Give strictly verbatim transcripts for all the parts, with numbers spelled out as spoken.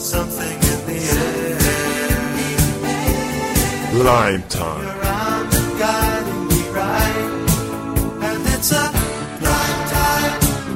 something in the air. Lime time. You're around and guiding me right, and it's a lime time.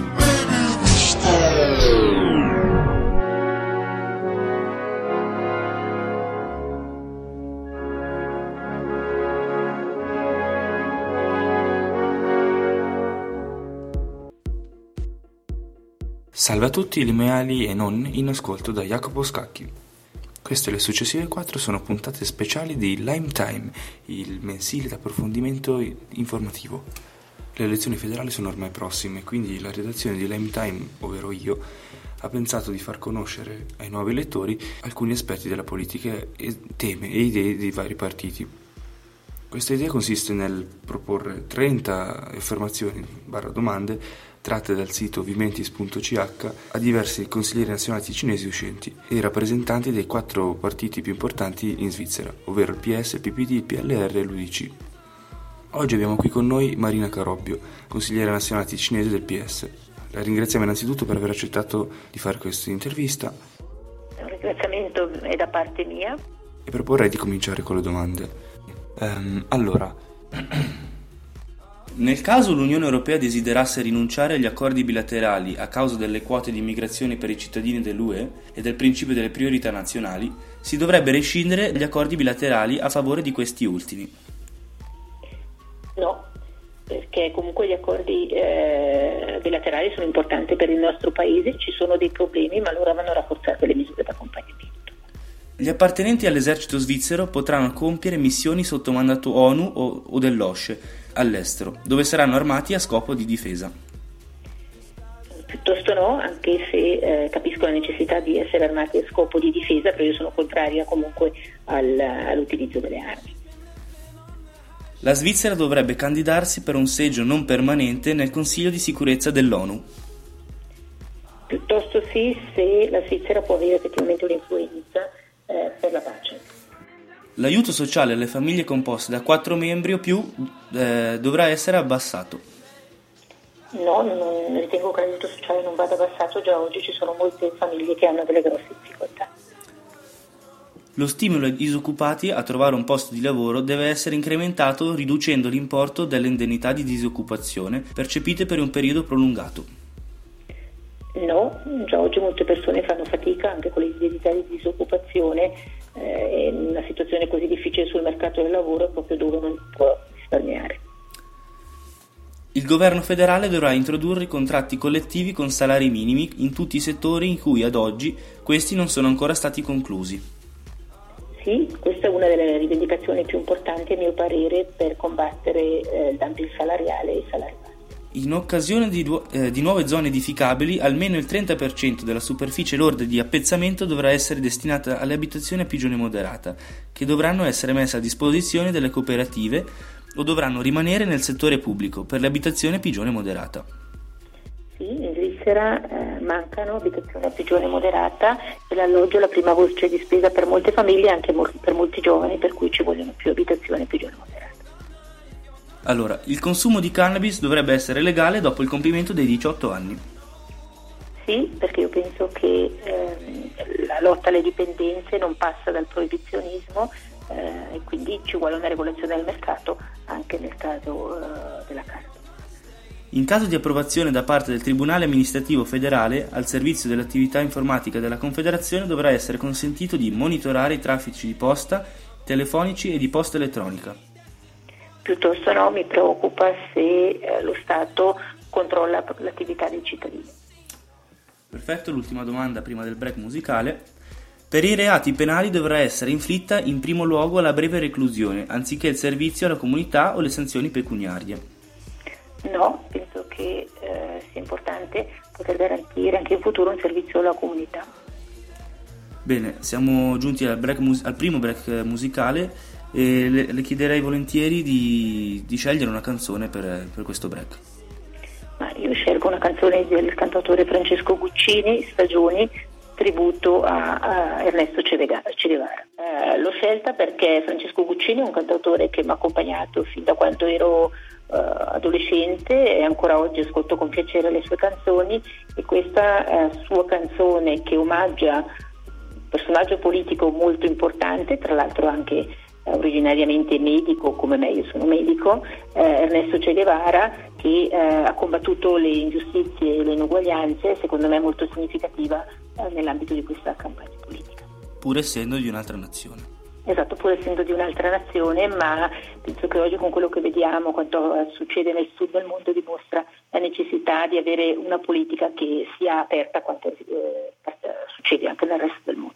Salve a tutti limeali e non in ascolto da Jacopo Scacchi. Queste e le successive quattro sono puntate speciali di Lime Time, il mensile d'approfondimento informativo. Le elezioni federali sono ormai prossime, quindi la redazione di Lime Time, ovvero io, ha pensato di far conoscere ai nuovi lettori alcuni aspetti della politica e temi e idee dei vari partiti. Questa idea consiste nel proporre trenta affermazioni barra domande tratte dal sito vimentis punto c h a diversi consiglieri nazionali cinesi uscenti e rappresentanti dei quattro partiti più importanti in Svizzera, ovvero il P S, il P P D, il P L R e l'U D C. Oggi abbiamo qui con noi Marina Carobbio, consigliera nazionale cinese del P S. La ringraziamo innanzitutto per aver accettato di fare questa intervista. Un ringraziamento è da parte mia. E proporrei di cominciare con le domande. Um, allora... Nel caso l'Unione Europea desiderasse rinunciare agli accordi bilaterali a causa delle quote di immigrazione per i cittadini dell'U E e del principio delle priorità nazionali, si dovrebbe rescindere gli accordi bilaterali a favore di questi ultimi. No, perché comunque gli accordi eh, bilaterali sono importanti per il nostro paese, ci sono dei problemi, ma allora vanno rafforzate le misure d'accompagnamento. Gli appartenenti all'esercito svizzero potranno compiere missioni sotto mandato ONU o, o dell'OSCE all'estero, dove saranno armati a scopo di difesa. Piuttosto no, anche se eh, capisco la necessità di essere armati a scopo di difesa, però io sono contraria comunque al, all'utilizzo delle armi. La Svizzera dovrebbe candidarsi per un seggio non permanente nel Consiglio di sicurezza dell'ONU. Piuttosto sì, se la Svizzera può avere effettivamente un'influenza eh, per la pace. L'aiuto sociale alle famiglie composte da quattro membri o più eh, dovrà essere abbassato. No, non ritengo che l'aiuto sociale non vada abbassato, già oggi ci sono molte famiglie che hanno delle grosse difficoltà. Lo stimolo ai disoccupati a trovare un posto di lavoro deve essere incrementato riducendo l'importo delle indennità di disoccupazione percepite per un periodo prolungato. No, già oggi molte persone fanno fatica anche con le indennità di disoccupazione, eh, in una situazione così difficile sul mercato del lavoro è proprio dove non può risparmiare. Il governo federale dovrà introdurre contratti collettivi con salari minimi in tutti i settori in cui ad oggi questi non sono ancora stati conclusi. Sì, questa è una delle rivendicazioni più importanti a mio parere per combattere eh, il dumping salariale e i salari bassi. In occasione di, du- eh, di nuove zone edificabili, almeno il trenta per cento della superficie lorda di appezzamento dovrà essere destinata alle abitazioni a pigione moderata, che dovranno essere messe a disposizione delle cooperative o dovranno rimanere nel settore pubblico per le abitazioni a pigione moderata. Sì, in Svizzera eh, mancano abitazioni a pigione moderata e l'alloggio è la prima voce di spesa per molte famiglie e anche mol- per molti giovani, per cui ci vogliono più abitazioni a pigione moderata. Allora, il consumo di cannabis dovrebbe essere legale dopo il compimento dei diciotto anni. Sì, perché io penso che ehm, la lotta alle dipendenze non passa dal proibizionismo eh, e quindi ci vuole una regolazione del mercato anche nel caso eh, della cannabis. In caso di approvazione da parte del Tribunale Amministrativo Federale, al servizio dell'attività informatica della Confederazione dovrà essere consentito di monitorare i traffici di posta, telefonici e di posta elettronica. Piuttosto no, mi preoccupa se eh, lo Stato controlla l'attività dei cittadini. Perfetto, l'ultima domanda prima del break musicale. Per i reati penali dovrà essere inflitta in primo luogo la breve reclusione, anziché il servizio alla comunità o le sanzioni pecuniarie. No, penso che eh, sia importante poter garantire anche in futuro un servizio alla comunità. Bene, siamo giunti al, break mus- al primo break musicale. E le, le chiederei volentieri di, di scegliere una canzone per, per questo break. Ma io scelgo una canzone del cantautore Francesco Guccini, Stagioni, tributo a, a Ernesto Che Guevara. Eh, l'ho scelta perché Francesco Guccini è un cantautore che mi ha accompagnato fin da quando ero eh, adolescente e ancora oggi ascolto con piacere le sue canzoni, e questa eh, sua canzone che omaggia personaggio politico molto importante, tra l'altro anche eh, originariamente medico, come me, io sono medico, eh, Ernesto Che Guevara, che eh, ha combattuto le ingiustizie e le inuguaglianze, secondo me molto significativa eh, nell'ambito di questa campagna politica. Pur essendo di un'altra nazione. Esatto, pur essendo di un'altra nazione, ma penso che oggi con quello che vediamo, quanto succede nel sud del mondo, dimostra la necessità di avere una politica che sia aperta a quanto eh, succede anche nel resto del mondo.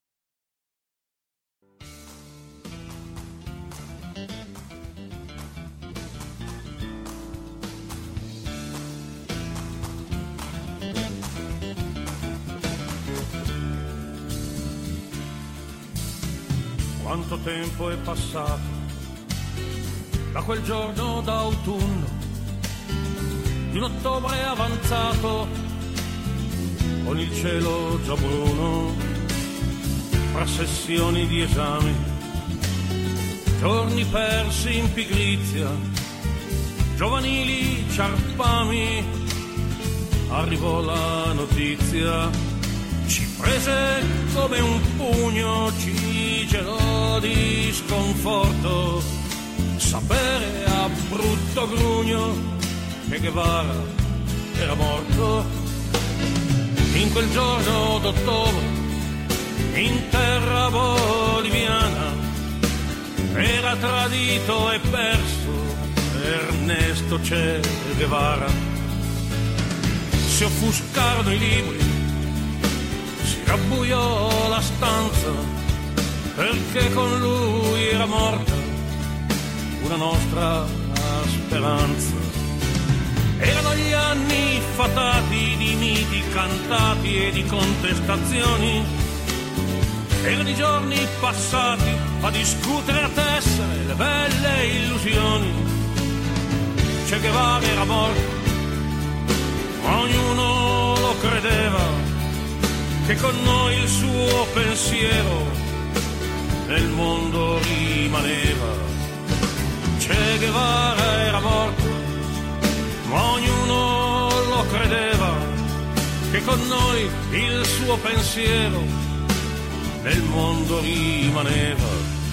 Quanto tempo è passato da quel giorno d'autunno, di un ottobre avanzato, con il cielo già bruno, fra sessioni di esami, giorni persi in pigrizia, giovanili ciarpami, arrivò la notizia, ci prese come un pugno, ci gelò di sconforto, sapere a brutto grugno che Guevara era morto. In quel giorno d'ottobre, in terra boliviana, era tradito e perso Ernesto Che Guevara. Si offuscarono i libri, rabbuiò la stanza, perché con lui era morta una nostra speranza. Erano gli anni fatati di miti cantati e di contestazioni, erano i giorni passati a discutere a tessere le belle illusioni. Che Guevara era morto, ognuno lo credeva, che con noi il suo pensiero nel mondo rimaneva. Che Guevara era morto, ma ognuno lo credeva, che con noi il suo pensiero nel mondo rimaneva.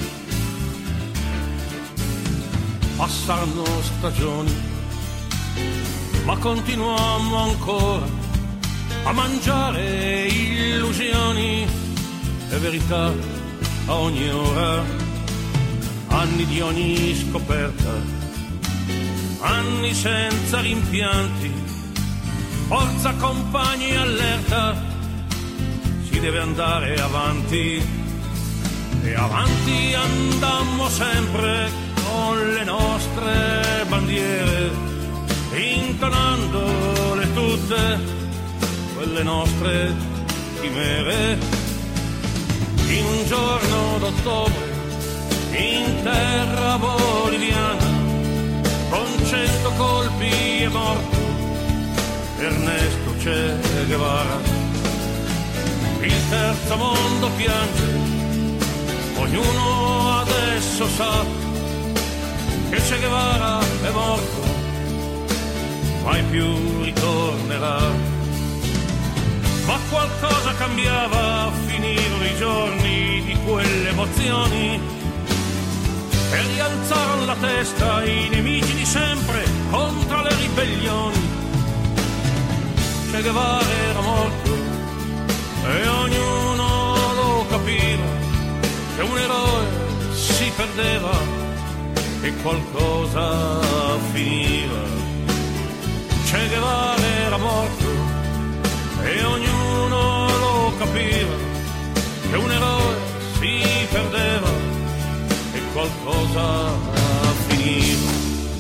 Passarono stagioni, ma continuammo ancora a mangiare illusioni e verità a ogni ora, anni di ogni scoperta, anni senza rimpianti, forza compagni allerta, si deve andare avanti e avanti andammo sempre con le nostre bandiere, intonandole tutte quelle nostre chimere. In un giorno d'ottobre, in terra boliviana, con cento colpi è morto Ernesto Che Guevara. Il terzo mondo piange, ognuno adesso sa che Che Guevara è morto, mai più ritornerà. Ma qualcosa cambiava, finirono i giorni di quelle emozioni e rialzarono la testa i nemici di sempre contro le ribellioni. Che Guevara era morto e ognuno lo capiva, che un eroe si perdeva e qualcosa finiva. Che Guevara era morto e ognuno lo capiva, che un eroe si perdeva e qualcosa finiva.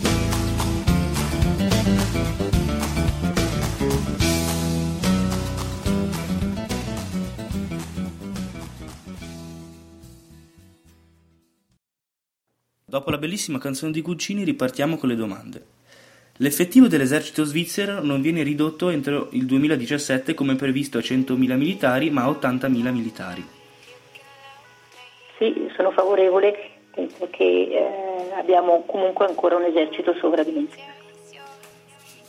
Dopo la bellissima canzone di Guccini ripartiamo con le domande. L'effettivo dell'esercito svizzero non viene ridotto entro il duemiladiciassette come previsto a centomila militari, ma a ottantamila militari. Sì, sono favorevole, penso che eh, abbiamo comunque ancora un esercito sovradimensionato.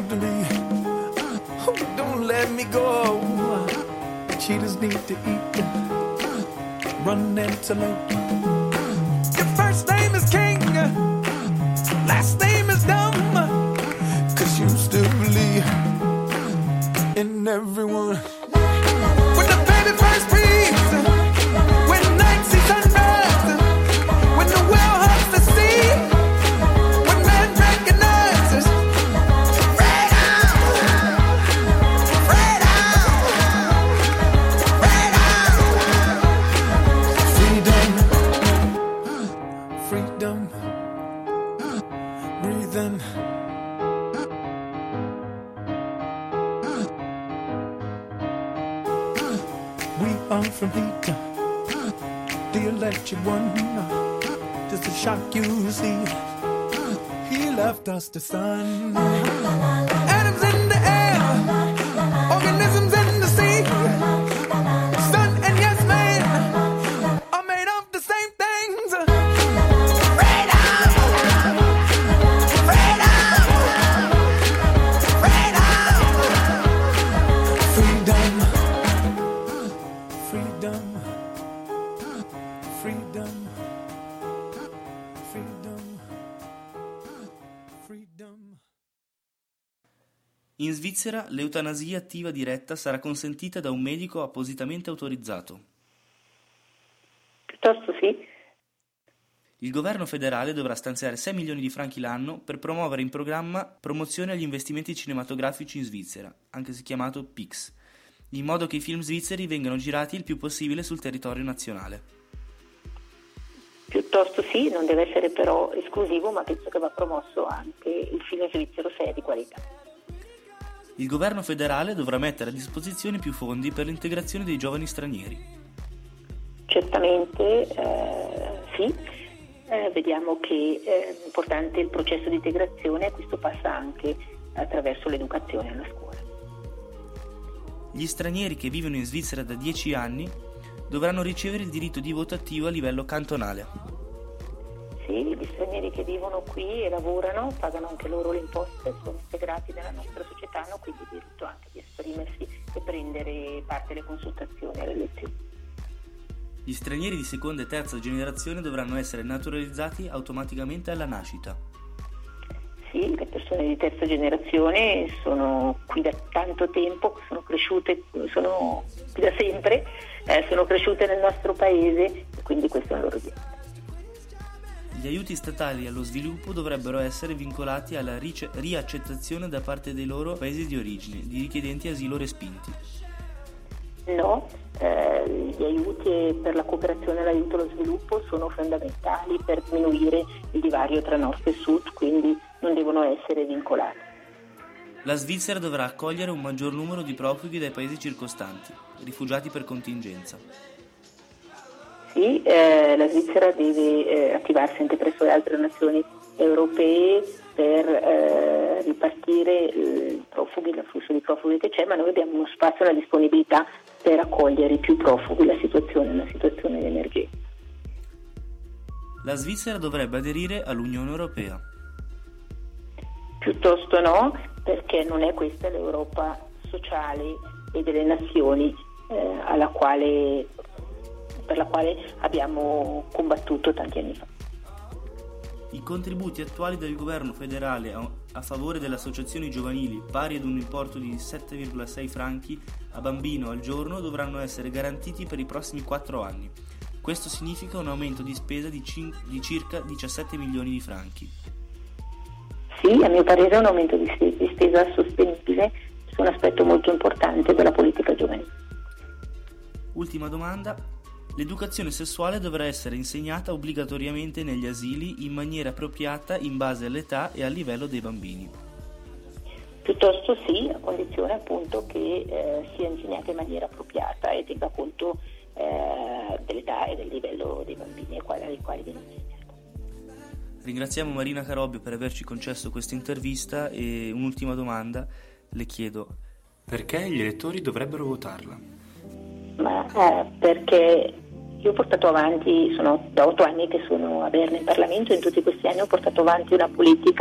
come to me. Oh, don't let me go. Cheetahs need to eat. Run antelope. Your first name is King, last name is Dumb, 'cause you still believe in everyone. When the baby first breathes, when night sees sunrise, when the whale hugs the sea, when man recognizes freedom, freedom, freedom, freedom, breathing. We are from heat, the electric one. Just a shock you see. He left us the sun. Atoms in the air, organisms in the sea. Sun and yes man are made of the same things. Freedom, freedom, freedom, freedom, freedom, freedom, freedom. In Svizzera l'eutanasia attiva diretta sarà consentita da un medico appositamente autorizzato. Piuttosto sì. Il governo federale dovrà stanziare sei milioni di franchi l'anno per promuovere in programma promozione agli investimenti cinematografici in Svizzera, anche se chiamato P I C S, in modo che i film svizzeri vengano girati il più possibile sul territorio nazionale. Piuttosto sì, non deve essere però esclusivo, ma penso che va promosso anche il film svizzero se è di qualità. Il governo federale dovrà mettere a disposizione più fondi per l'integrazione dei giovani stranieri. Certamente eh, sì. Eh, vediamo che è importante il processo di integrazione e questo passa anche attraverso l'educazione alla scuola. Gli stranieri che vivono in Svizzera da dieci anni dovranno ricevere il diritto di voto attivo a livello cantonale. Sì, gli stranieri che vivono qui e lavorano, pagano anche loro le imposte, sono integrati nella nostra società, hanno quindi il diritto anche di esprimersi e prendere parte alle consultazioni e alle elezioni. Gli stranieri di seconda e terza generazione dovranno essere naturalizzati automaticamente alla nascita. Sì, le persone di terza generazione sono qui da tanto tempo, sono cresciute, sono qui da sempre, eh, sono cresciute nel nostro paese e quindi questo è il loro diritto. Gli aiuti statali allo sviluppo dovrebbero essere vincolati alla rice- riaccettazione da parte dei loro paesi di origine di richiedenti asilo respinti. No, eh, gli aiuti per la cooperazione e l'aiuto allo sviluppo sono fondamentali per diminuire il divario tra nord e sud, quindi non devono essere vincolati. La Svizzera dovrà accogliere un maggior numero di profughi dai paesi circostanti, rifugiati per contingenza. Sì, eh, la Svizzera deve eh, attivarsi anche presso le altre nazioni europee per eh, ripartire il profughi, il flusso di profughi che c'è, ma noi abbiamo uno spazio e una disponibilità per accogliere i più profughi. La situazione è una situazione di emergenza. La Svizzera dovrebbe aderire all'Unione Europea. Piuttosto no, perché non è questa l'Europa sociale e delle nazioni eh, alla quale, per la quale abbiamo combattuto tanti anni fa. I contributi attuali del governo federale a, a favore delle associazioni giovanili, pari ad un importo di sette virgola sei franchi a bambino al giorno, dovranno essere garantiti per i prossimi quattro anni. Questo significa un aumento di spesa di, cin- di circa diciassette milioni di franchi. Sì, a mio parere è un aumento di, di spesa sostenibile, è un aspetto molto importante della politica giovanile. Ultima domanda. L'educazione sessuale dovrà essere insegnata obbligatoriamente negli asili in maniera appropriata in base all'età e al livello dei bambini. Piuttosto sì, a condizione appunto che eh, sia insegnata in maniera appropriata e tenga conto eh, dell'età e del livello dei bambini ai quali, ai quali viene insegnata. Ringraziamo Marina Carobbio per averci concesso questa intervista e un'ultima domanda le chiedo. Perché gli elettori dovrebbero votarla? Ma eh, perché io ho portato avanti, sono da otto anni che sono a Berna in Parlamento e in tutti questi anni ho portato avanti una politica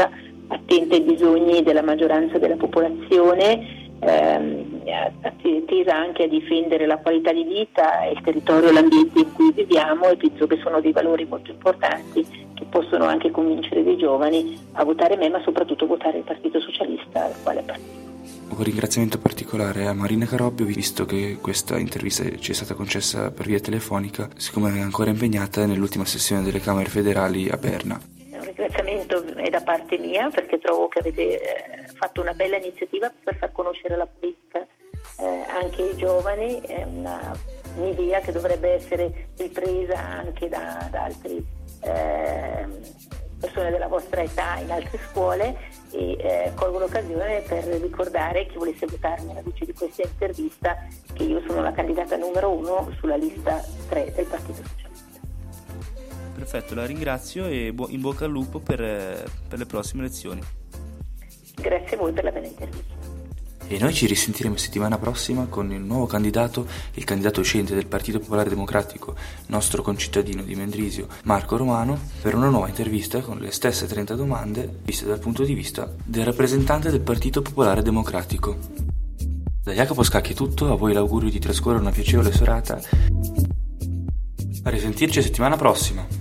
attenta ai bisogni della maggioranza della popolazione, ehm, tesa anche a difendere la qualità di vita, il territorio e l'ambiente in cui viviamo, e penso che sono dei valori molto importanti che possono anche convincere dei giovani a votare me, ma soprattutto a votare il Partito Socialista al quale appartengo. Un ringraziamento particolare a Marina Carobbio, visto che questa intervista ci è stata concessa per via telefonica, siccome è ancora impegnata nell'ultima sessione delle Camere federali a Berna. Un ringraziamento è da parte mia, perché trovo che avete eh, fatto una bella iniziativa per far conoscere la politica eh, anche ai giovani, è una, un'idea che dovrebbe essere ripresa anche da, da altri eh, persone della vostra età in altre scuole, e eh, colgo l'occasione per ricordare chi volesse votarmi alla luce di questa intervista che io sono la candidata numero uno sulla lista tre del Partito Socialista. Perfetto, la ringrazio e in bocca al lupo per, per le prossime elezioni. Grazie a voi per la bella intervista. E noi ci risentiremo settimana prossima con il nuovo candidato, il candidato uscente del Partito Popolare Democratico, nostro concittadino di Mendrisio, Marco Romano, per una nuova intervista con le stesse trenta domande viste dal punto di vista del rappresentante del Partito Popolare Democratico. Da Jacopo Scacchi è tutto, a voi l'augurio di trascorrere una piacevole serata. A risentirci settimana prossima.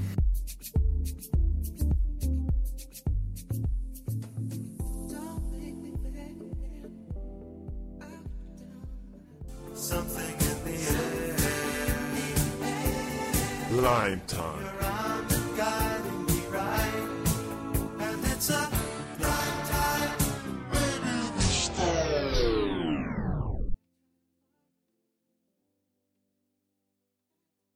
Lime Time.